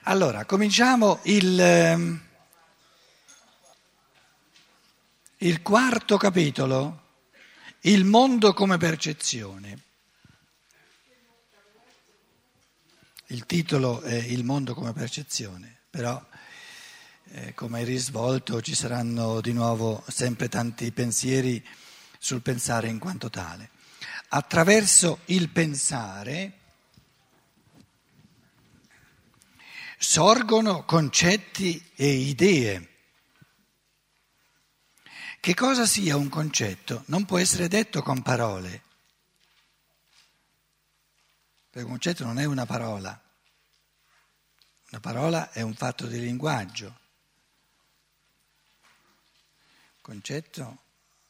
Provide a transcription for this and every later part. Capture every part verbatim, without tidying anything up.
Allora, cominciamo il, ehm, il quarto capitolo, il mondo come percezione. Il titolo è Il mondo come percezione, però eh, come risvolto ci saranno di nuovo sempre tanti pensieri sul pensare in quanto tale. Attraverso il pensare sorgono concetti e idee. Che cosa sia un concetto non può essere detto con parole, perché un concetto non è una parola, una parola è un fatto di linguaggio, il concetto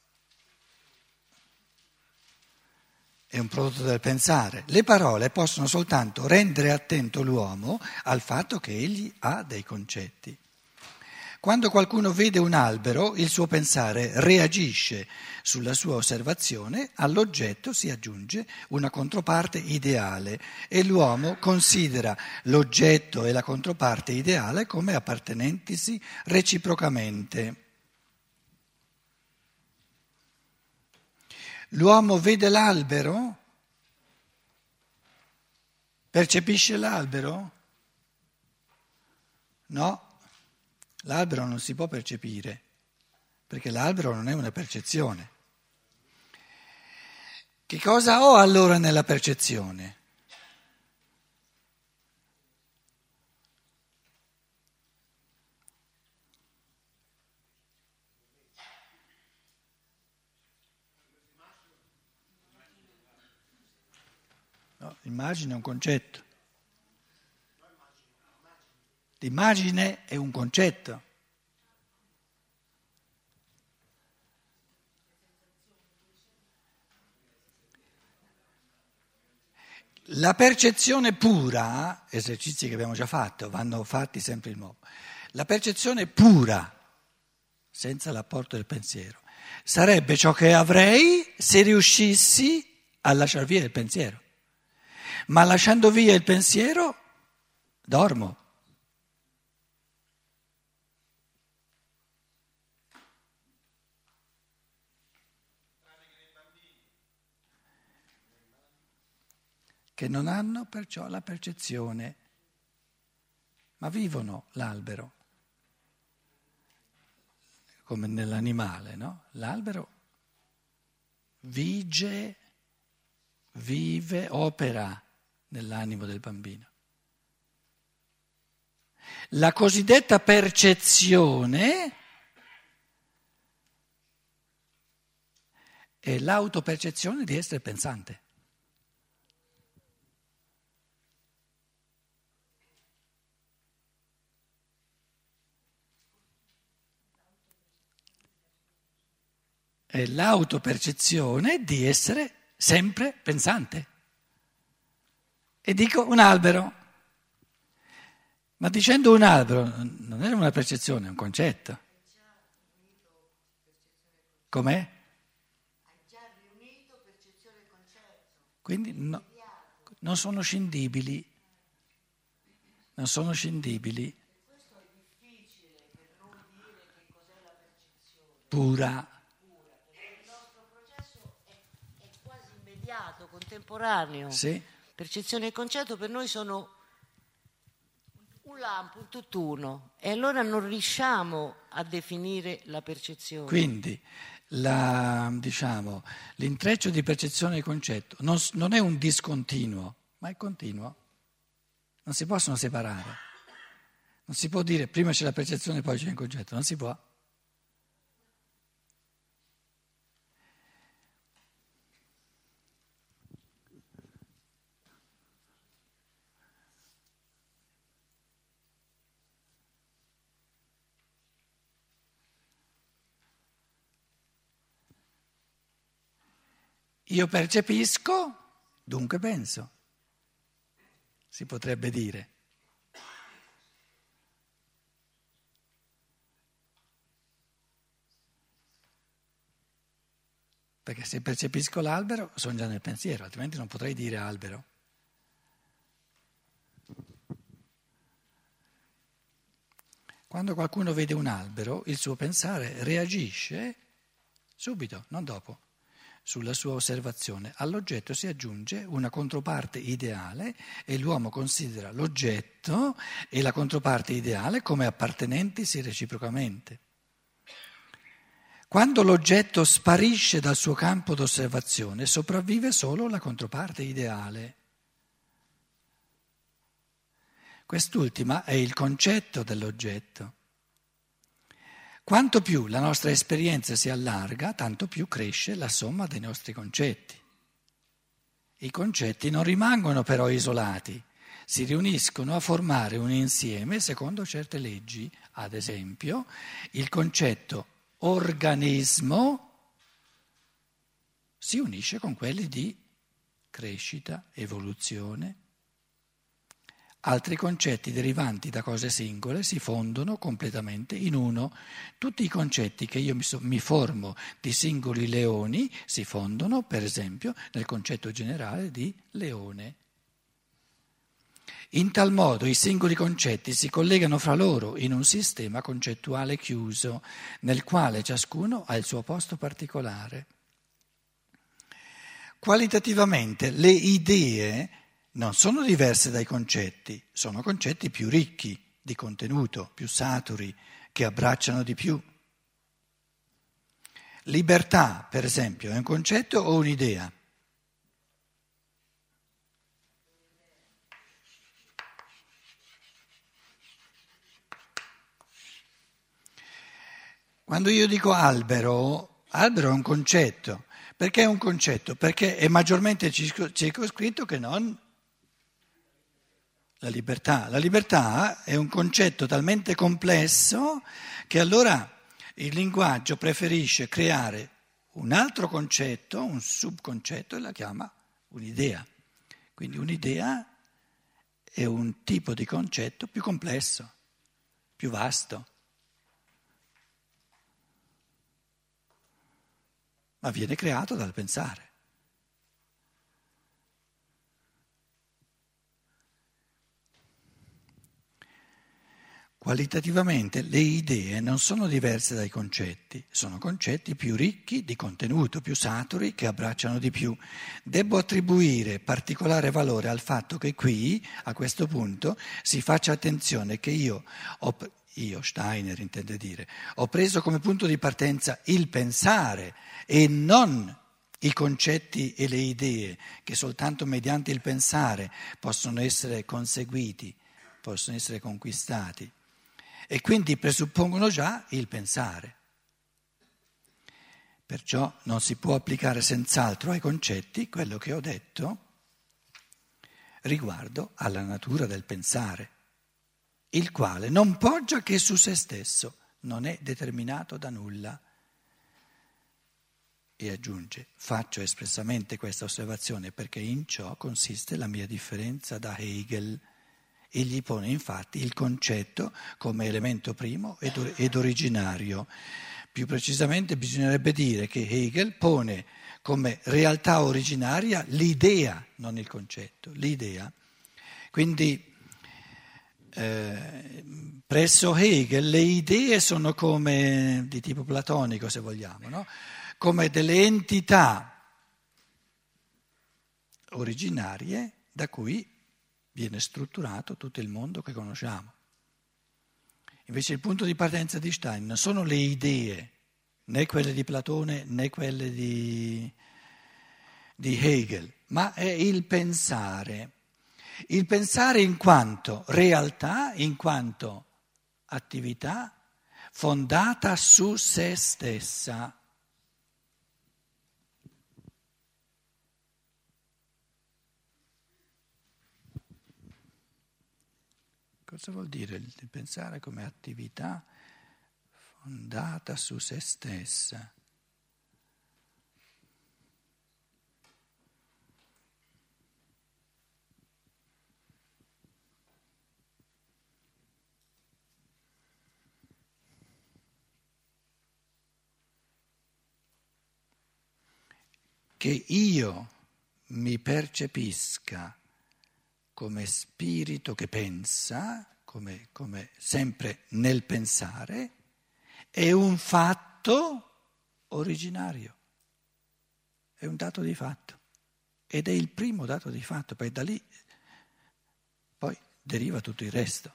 è un prodotto del pensare. Le parole possono soltanto rendere attento l'uomo al fatto che egli ha dei concetti. Quando qualcuno vede un albero, il suo pensare reagisce sulla sua osservazione, all'oggetto si aggiunge una controparte ideale e l'uomo considera l'oggetto e la controparte ideale come appartenentisi reciprocamente. L'uomo vede l'albero? Percepisce l'albero? No. L'albero non si può percepire, perché l'albero non è una percezione. Che cosa ho allora nella percezione? No, l'immagine è un concetto. L'immagine è un concetto. La percezione pura, esercizi che abbiamo già fatto, vanno fatti sempre di nuovo. La percezione pura, senza l'apporto del pensiero, sarebbe ciò che avrei se riuscissi a lasciar via il pensiero. Ma lasciando via il pensiero, dormo. Che non hanno perciò la percezione, ma vivono l'albero, come nell'animale, no? L'albero vige, vive, opera nell'animo del bambino. La cosiddetta percezione è l'autopercezione di essere pensante. È l'autopercezione di essere sempre pensante. E dico un albero, ma dicendo un albero non è una percezione, è un concetto. Com'è? Hai già riunito percezione e concetto. Quindi no, non sono scindibili, non sono scindibili. Questo è difficile per non dire che cos'è la percezione Pura. pura, perché il nostro processo è, è quasi immediato, contemporaneo. Sì. Percezione e concetto per noi sono un lampo, un tutt'uno, e allora non riusciamo a definire la percezione. Quindi la, diciamo, l'intreccio di percezione e concetto non, non è un discontinuo, ma è continuo. Non si possono separare. Non si può dire prima c'è la percezione e poi c'è il concetto, non si può. Io percepisco, dunque penso, si potrebbe dire. Perché se percepisco l'albero sono già nel pensiero, altrimenti non potrei dire albero. Quando qualcuno vede un albero, il suo pensare reagisce subito, non dopo, sulla sua osservazione. All'oggetto si aggiunge una controparte ideale e l'uomo considera l'oggetto e la controparte ideale come appartenentisi reciprocamente. Quando l'oggetto sparisce dal suo campo d'osservazione, sopravvive solo la controparte ideale. Quest'ultima è il concetto dell'oggetto. Quanto più la nostra esperienza si allarga, tanto più cresce la somma dei nostri concetti. I concetti non rimangono però isolati, si riuniscono a formare un insieme secondo certe leggi. Ad esempio, il concetto organismo si unisce con quelli di crescita, evoluzione. Altri concetti derivanti da cose singole si fondono completamente in uno. Tutti i concetti che io mi, so, mi formo di singoli leoni si fondono, per esempio, nel concetto generale di leone. In tal modo i singoli concetti si collegano fra loro in un sistema concettuale chiuso, nel quale ciascuno ha il suo posto particolare. Qualitativamente le idee non sono diverse dai concetti, sono concetti più ricchi di contenuto, più saturi, che abbracciano di più. Libertà, per esempio, è un concetto o un'idea? Quando io dico albero, albero è un concetto. Perché è un concetto? Perché è maggiormente circoscritto che non la libertà. La libertà è un concetto talmente complesso che allora il linguaggio preferisce creare un altro concetto, un subconcetto, e la chiama un'idea. Quindi un'idea è un tipo di concetto più complesso, più vasto, ma viene creato dal pensare. Qualitativamente le idee non sono diverse dai concetti, sono concetti più ricchi di contenuto, più saturi, che abbracciano di più. Devo attribuire particolare valore al fatto che qui, a questo punto, si faccia attenzione che io, ho, io Steiner intende dire, ho preso come punto di partenza il pensare e non i concetti e le idee, che soltanto mediante il pensare possono essere conseguiti, possono essere conquistati. E quindi presuppongono già il pensare. Perciò non si può applicare senz'altro ai concetti quello che ho detto riguardo alla natura del pensare, il quale non poggia che su se stesso, non è determinato da nulla. E aggiunge, faccio espressamente questa osservazione perché in ciò consiste la mia differenza da Hegel. Egli pone infatti il concetto come elemento primo ed, ed originario. Più precisamente bisognerebbe dire che Hegel pone come realtà originaria l'idea, non il concetto, l'idea. Quindi eh, presso Hegel le idee sono come, di tipo platonico se vogliamo, no? Come delle entità originarie da cui viene strutturato tutto il mondo che conosciamo. Invece il punto di partenza di Stein non sono le idee, né quelle di Platone né quelle di, di Hegel, ma è il pensare. Il pensare in quanto realtà, in quanto attività fondata su se stessa. Cosa vuol dire il pensare come attività fondata su se stessa? Che io mi percepisca come spirito che pensa come, come sempre nel pensare, è un fatto originario, è un dato di fatto ed è il primo dato di fatto, poi da lì poi deriva tutto il resto.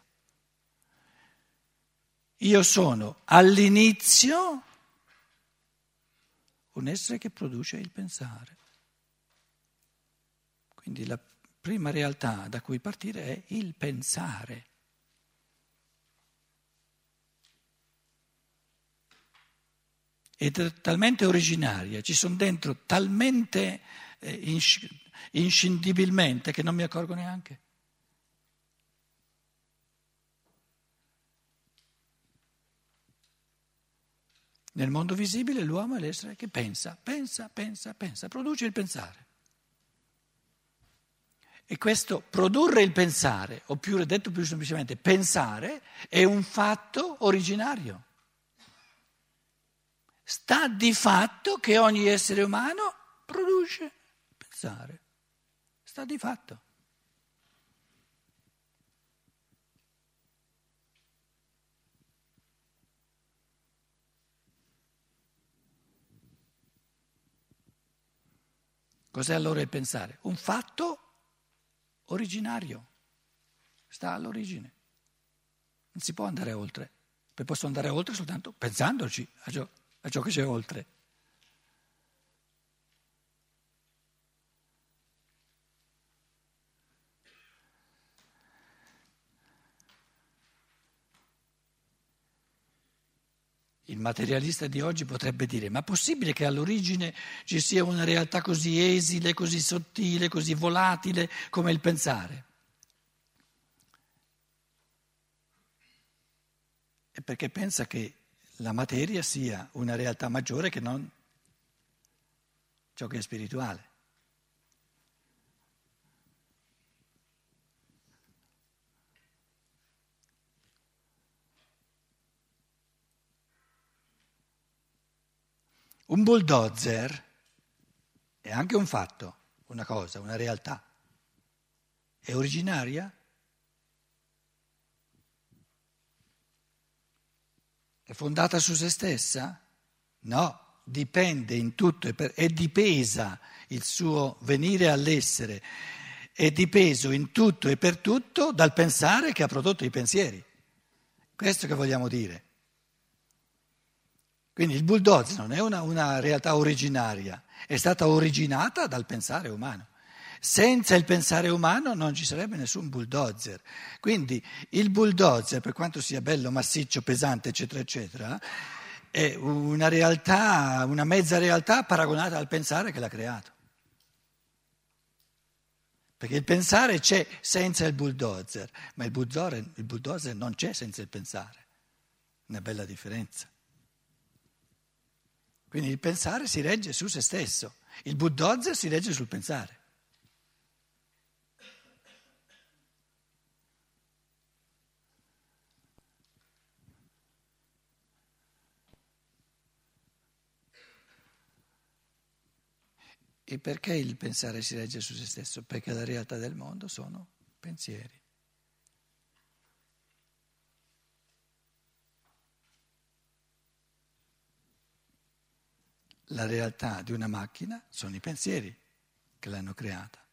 Io sono all'inizio un essere che produce il pensare. Quindi la prima realtà da cui partire è il pensare. Ed è talmente originaria, ci sono dentro talmente eh, insc- inscindibilmente che non mi accorgo neanche. Nel mondo visibile l'uomo è l'essere che pensa, pensa, pensa, pensa, produce il pensare. E questo produrre il pensare, oppure detto più semplicemente pensare, è un fatto originario. Sta di fatto che ogni essere umano produce pensare. Sta di fatto. Cos'è allora il pensare? Un fatto originario, sta all'origine, non si può andare oltre, poi posso andare oltre soltanto pensandoci a ciò, a ciò che c'è oltre. Il materialista di oggi potrebbe dire: ma è possibile che all'origine ci sia una realtà così esile, così sottile, così volatile come il pensare? È perché pensa che la materia sia una realtà maggiore che non ciò che è spirituale. Un bulldozer è anche un fatto, una cosa, una realtà. È originaria? È fondata su se stessa? No, dipende in tutto, e per, è dipesa il suo venire all'essere, è dipeso in tutto e per tutto dal pensare che ha prodotto i pensieri. Questo che vogliamo dire. Quindi il bulldozer non è una, una realtà originaria, è stata originata dal pensare umano. Senza il pensare umano non ci sarebbe nessun bulldozer. Quindi il bulldozer, per quanto sia bello, massiccio, pesante, eccetera, eccetera, è una realtà, una mezza realtà paragonata al pensare che l'ha creato. Perché il pensare c'è senza il bulldozer, ma il bulldozer, il bulldozer non c'è senza il pensare. Una bella differenza. Quindi il pensare si regge su se stesso, il bulldozer si regge sul pensare. E perché il pensare si regge su se stesso? Perché la realtà del mondo sono pensieri. La realtà di una macchina sono i pensieri che l'hanno creata.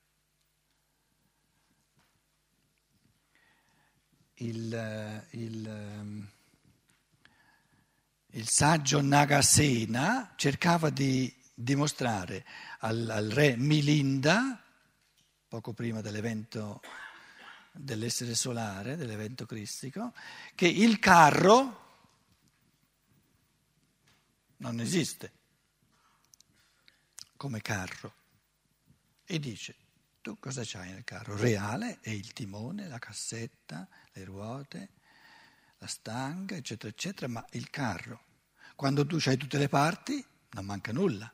Il, il, il saggio Nagasena cercava di dimostrare al, al re Milinda, poco prima dell'evento dell'essere solare, dell'evento cristico, che il carro non esiste come carro. E dice: tu cosa c'hai nel carro? Reale è il timone, la cassetta, le ruote, la stanga, eccetera, eccetera, ma il carro, quando tu c'hai tutte le parti, non manca nulla.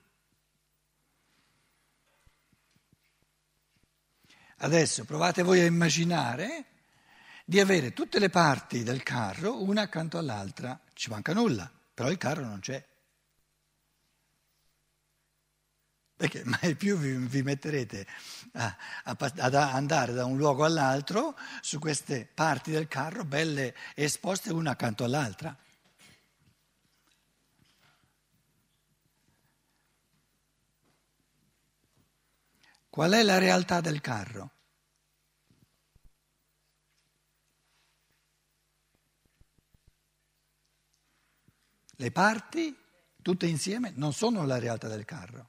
Adesso provate voi a immaginare di avere tutte le parti del carro una accanto all'altra, ci manca nulla, però il carro non c'è. Perché mai più vi, vi metterete a, a, ad andare da un luogo all'altro su queste parti del carro belle esposte una accanto all'altra. Qual è la realtà del carro? Le parti, tutte insieme, non sono la realtà del carro.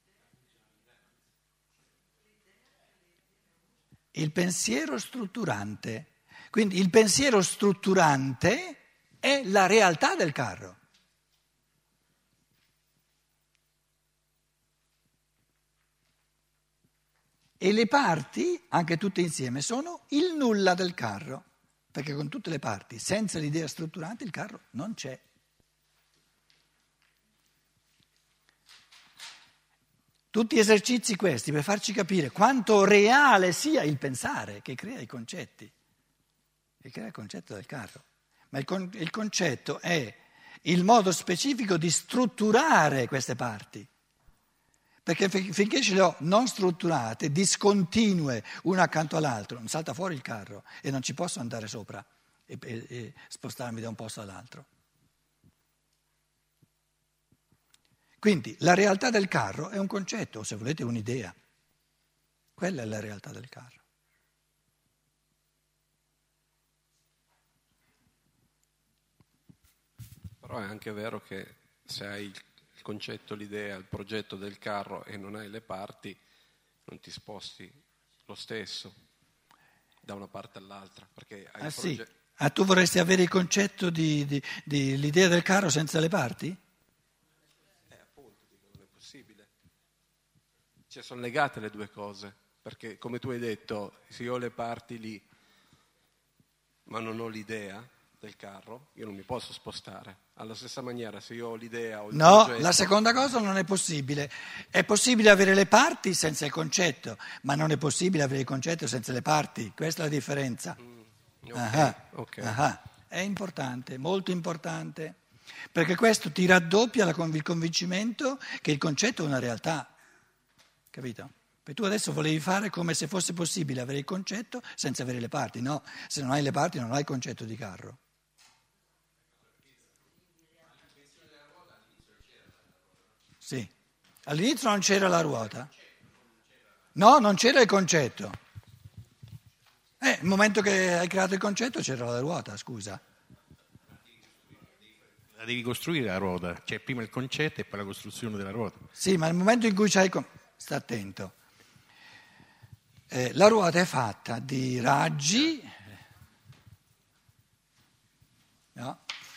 Il pensiero strutturante. Quindi il pensiero strutturante è la realtà del carro. E le parti, anche tutte insieme, sono il nulla del carro, perché con tutte le parti, senza l'idea strutturante, il carro non c'è. Tutti esercizi questi per farci capire quanto reale sia il pensare che crea i concetti, che crea il concetto del carro. Ma il, con, il concetto è il modo specifico di strutturare queste parti. Perché finché ce le ho non strutturate, discontinue una accanto all'altro, non salta fuori il carro e non ci posso andare sopra e, e, e spostarmi da un posto all'altro. Quindi la realtà del carro è un concetto, o se volete un'idea. Quella è la realtà del carro. Però è anche vero che se hai il il concetto, l'idea, il progetto del carro e non hai le parti, non ti sposti lo stesso da una parte all'altra. Perché hai ah il sì? proge- Ah, tu vorresti avere il concetto di, di, di l'idea del carro senza le parti? Eh, appunto, dico, non è possibile. Cioè, sono legate le due cose, perché come tu hai detto, se io ho le parti lì, ma non ho l'idea del carro, io non mi posso spostare. Alla stessa maniera, se io ho l'idea o il No, progetto... la seconda cosa non è possibile. È possibile avere le parti senza il concetto, ma non è possibile avere il concetto senza le parti. Questa è la differenza. Mm, ok, Ah, ok. ah, è importante, molto importante, perché questo ti raddoppia la conv- il convincimento che il concetto è una realtà, capito? Perché tu adesso volevi fare come se fosse possibile avere il concetto senza avere le parti. No, se non hai le parti non hai il concetto di carro. Sì, all'inizio non c'era la ruota. No, non c'era il concetto. Eh, il momento che hai creato il concetto c'era la ruota, scusa. La devi costruire la ruota, c'è prima il concetto e poi la costruzione della ruota. Sì, ma nel momento in cui c'hai... Con... Sta attento. Eh, la ruota è fatta di raggi, no?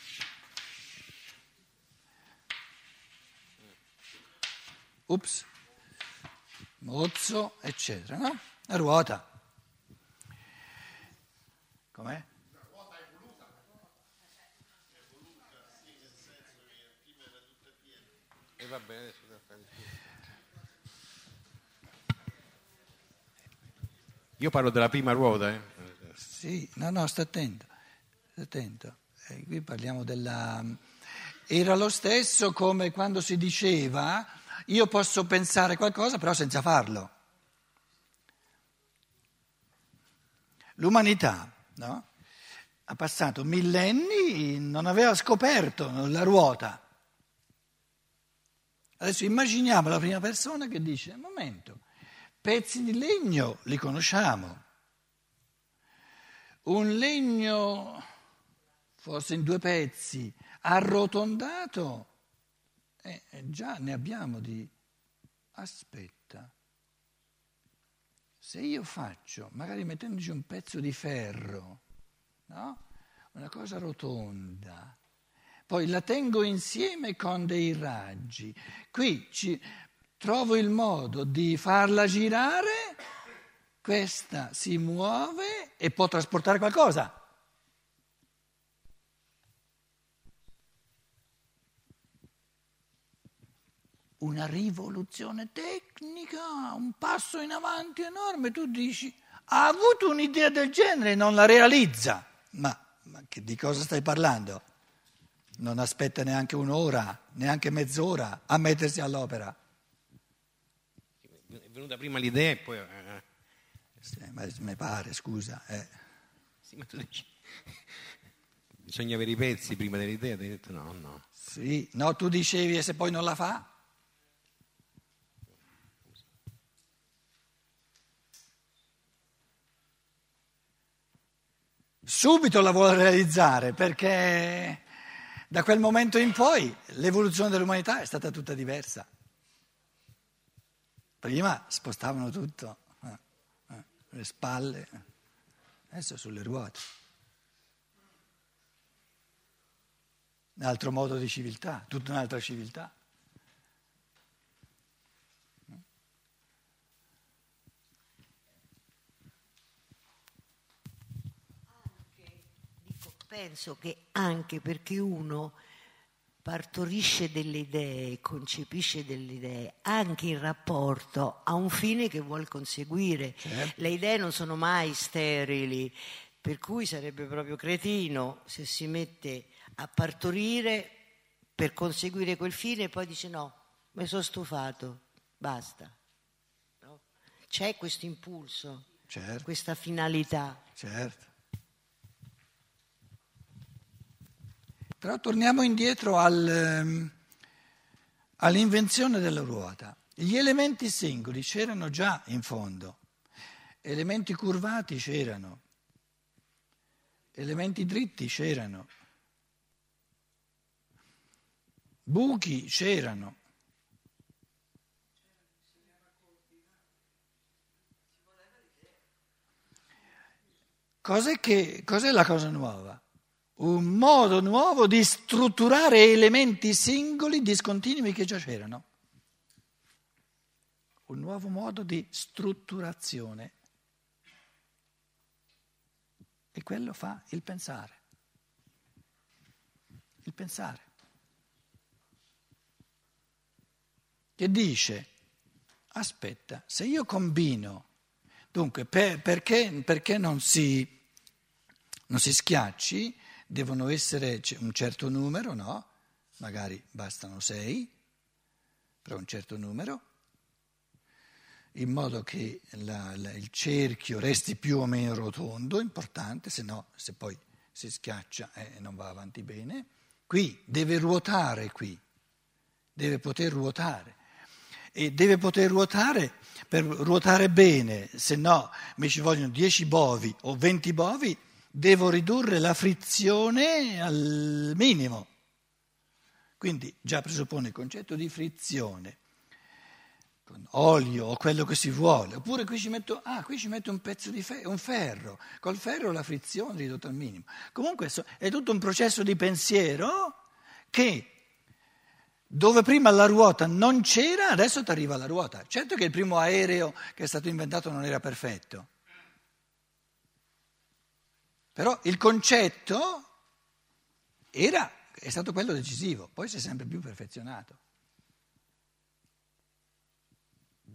Ups, mozzo, eccetera, no? La ruota. Com'è? La ruota è voluta. È voluta, sì, nel senso che prima era tutta piena. E va bene, adesso devo fare il Io parlo della prima ruota, eh. Sì, no, no, sta attento, sta attento. Eh, qui parliamo della... Era lo stesso come quando si diceva io posso pensare qualcosa però senza farlo. L'umanità, no? Ha passato millenni, non aveva scoperto la ruota. Adesso immaginiamo la prima persona che dice, un momento, pezzi di legno li conosciamo, un legno forse in due pezzi arrotondato, eh, già ne abbiamo di... Aspetta, se io faccio, magari mettendoci un pezzo di ferro, no? Una cosa rotonda, poi la tengo insieme con dei raggi, qui ci trovo il modo di farla girare, questa si muove e può trasportare qualcosa. Una rivoluzione tecnica, un passo in avanti enorme, tu dici, ha avuto un'idea del genere e non la realizza. Ma, ma che, di cosa stai parlando? Non aspetta neanche un'ora, neanche mezz'ora a mettersi all'opera. venuta prima l'idea e poi... Eh. Sì, ma mi pare, scusa. Eh. Sì, ma tu dici... Bisogna avere i pezzi prima dell'idea, ti hai detto no, no. Sì, no, tu dicevi e se poi non la fa? Subito la vuole realizzare perché da quel momento in poi l'evoluzione dell'umanità è stata tutta diversa. Prima spostavano tutto, eh, eh, le spalle, adesso sulle ruote. Un altro modo di civiltà, tutta un'altra civiltà. Dico, penso che anche perché uno partorisce delle idee, concepisce delle idee, anche in rapporto a un fine che vuol conseguire. Certo. Le idee non sono mai sterili, per cui sarebbe proprio cretino se si mette a partorire per conseguire quel fine e poi dice no, mi sono stufato, basta. No? C'è questo impulso, Certo. questa finalità. Certo. Però torniamo indietro al, all'invenzione della ruota. Gli elementi singoli c'erano già in fondo, elementi curvati c'erano, elementi dritti c'erano, buchi c'erano. Cos'è, che, cos'è la cosa nuova? Un modo nuovo di strutturare elementi singoli discontinui che già c'erano. Un nuovo modo di strutturazione. E quello fa il pensare. Il pensare. Che dice, aspetta, se io combino, dunque per, perché, perché non si, non si schiacci, devono essere un certo numero, no? Magari bastano sei, però un certo numero, in modo che la, la, il cerchio resti più o meno rotondo, importante, se no, se poi si schiaccia e eh, non va avanti bene. Qui deve ruotare, qui, deve poter ruotare. E deve poter ruotare, per ruotare bene, se no mi ci vogliono dieci bovi o venti bovi, devo ridurre la frizione al minimo. Quindi già presuppone il concetto di frizione, con olio o quello che si vuole. Oppure qui ci metto, ah, qui ci metto un pezzo di ferro, un ferro, col ferro la frizione ridotta al minimo. Comunque è tutto un processo di pensiero che dove prima la ruota non c'era, adesso ti arriva la ruota. Certo che il primo aereo che è stato inventato non era perfetto, però il concetto era, è stato quello decisivo, poi si è sempre più perfezionato.